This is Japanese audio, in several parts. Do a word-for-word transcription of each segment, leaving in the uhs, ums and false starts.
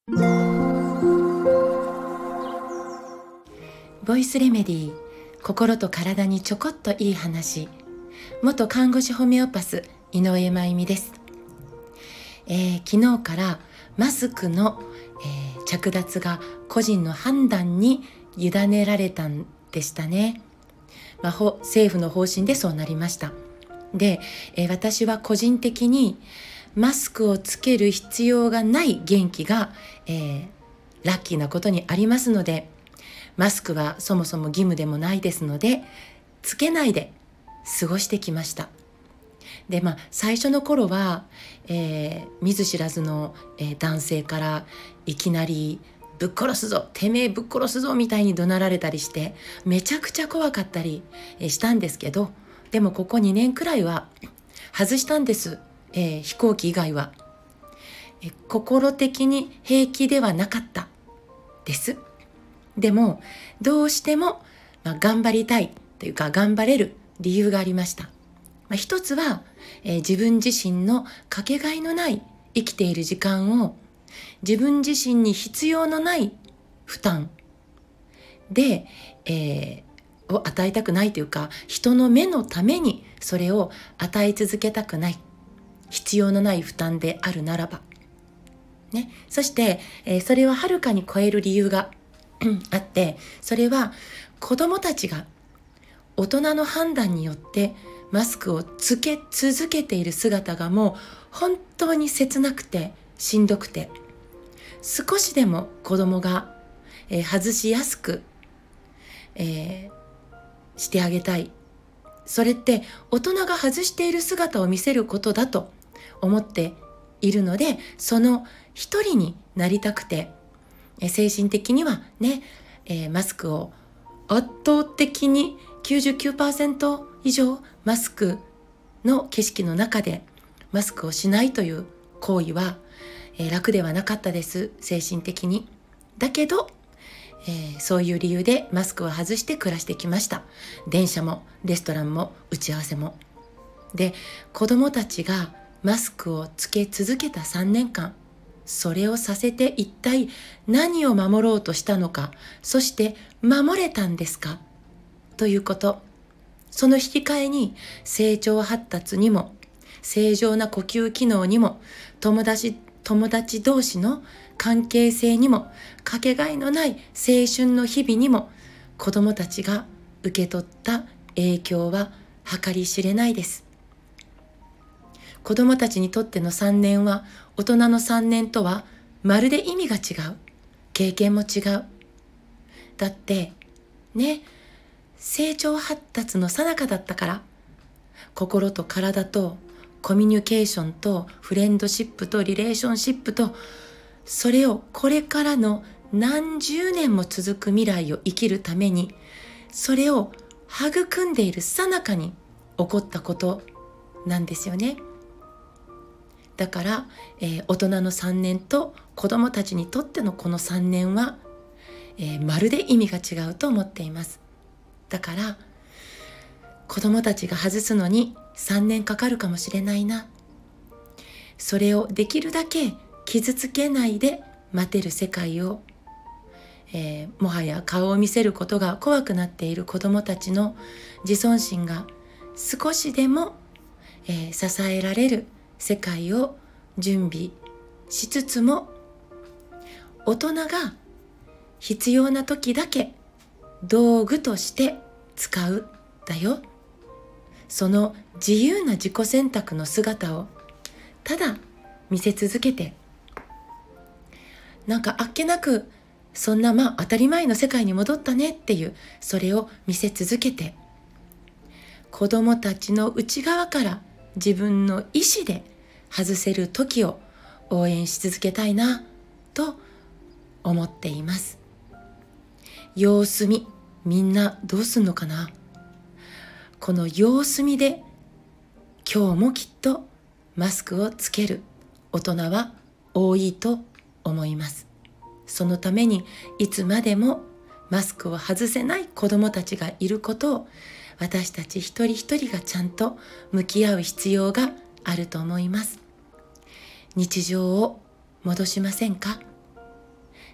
ボイスレメディー、心と体にちょこっといい話。元看護師ホメオパス井上真由美です。えー、昨日からマスクの、えー、着脱が個人の判断に委ねられたんでしたね。まあ、政府の方針でそうなりました。で、えー、私は個人的にマスクをつける必要がない元気が、えー、ラッキーなことにありますので、マスクはそもそも義務でもないですので、つけないで過ごしてきました。で、まあ最初の頃は、えー、見ず知らずの、えー、男性からいきなりぶっ殺すぞ、てめえぶっ殺すぞみたいに怒鳴られたりして、めちゃくちゃ怖かったりしたんですけど、でもここにねんくらいは外したんです。えー、飛行機以外は、えー、心的に平気ではなかったです。でもどうしても、まあ、頑張りたいというか頑張れる理由がありました。まあ、一つは、えー、自分自身のかけがえのない生きている時間を自分自身に必要のない負担で、えー、を与えたくないというか、人の目のためにそれを与え続けたくない、必要のない負担であるならば、ね、そして、えー、それをはるかに超える理由があって、それは子どもたちが大人の判断によってマスクをつけ続けている姿がもう本当に切なくてしんどくて、少しでも子どもが、えー、外しやすく、えー、してあげたい。それって大人が外している姿を見せることだと思っているので、その一人になりたくて、精神的にはね、えー、マスクを圧倒的に きゅうじゅうきゅうパーセント 以上マスクの景色の中でマスクをしないという行為は、えー、楽ではなかったです、精神的に。だけど、えー、そういう理由でマスクを外して暮らしてきました。電車もレストランも打ち合わせも。で、子どもたちがマスクをつけ続けたさんねんかん、それをさせて一体何を守ろうとしたのか、そして守れたんですかということ。その引き換えに成長発達にも正常な呼吸機能にも友達友達同士の関係性にもかけがえのない青春の日々にも子どもたちが受け取った影響は計り知れないです。子どもたちにとってのさんねんは大人のさんねんとはまるで意味が違う。経験も違う。だってね、成長発達の最中だったから、心と体とコミュニケーションとフレンドシップとリレーションシップと、それをこれからの何十年も続く未来を生きるために、それを育んでいる最中に起こったことなんですよね。だから、えー、大人のさんねんと子どもたちにとってのこのさんねんは、えー、まるで意味が違うと思っています。だから子どもたちが外すのにさんねんかかるかもしれないな。それをできるだけ傷つけないで待てる世界を、えー、もはや顔を見せることが怖くなっている子どもたちの自尊心が少しでも、えー、支えられる世界を準備しつつも、大人が必要な時だけ道具として使うだよ。その自由な自己選択の姿をただ見せ続けて、なんかあっけなくそんなまあ当たり前の世界に戻ったねっていう、それを見せ続けて、子どもたちの内側から自分の意思で外せる時を応援し続けたいなと思っています。様子見、みんなどうすんのかな。この様子見で今日もきっとマスクをつける大人は多いと思います。そのためにいつまでもマスクを外せない子どもたちがいることを、私たち一人一人がちゃんと向き合う必要があると思います。日常を戻しませんか？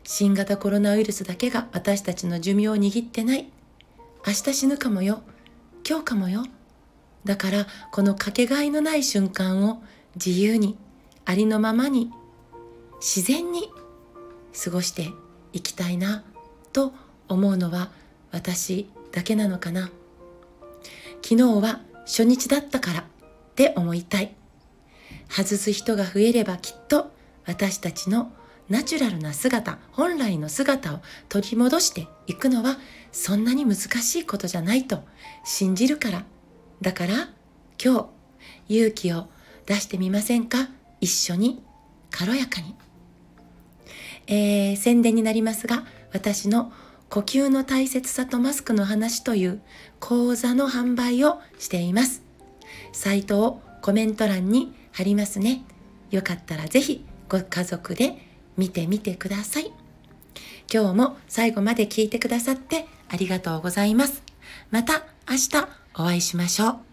新型コロナウイルスだけが私たちの寿命を握ってない。明日死ぬかもよ。今日かもよ。だからこのかけがえのない瞬間を自由に、ありのままに、自然に過ごしていきたいなと思うのは私だけなのかな。昨日は初日だったからって思いたい。外す人が増えればきっと私たちのナチュラルな姿、本来の姿を取り戻していくのはそんなに難しいことじゃないと信じるから。だから今日勇気を出してみませんか。一緒に軽やかに。えー、宣伝になりますが、私の呼吸の大切さとマスクの話という講座の販売をしています。サイトをコメント欄に貼りますね。よかったらぜひご家族で見てみてください。今日も最後まで聞いてくださってありがとうございます。また明日お会いしましょう。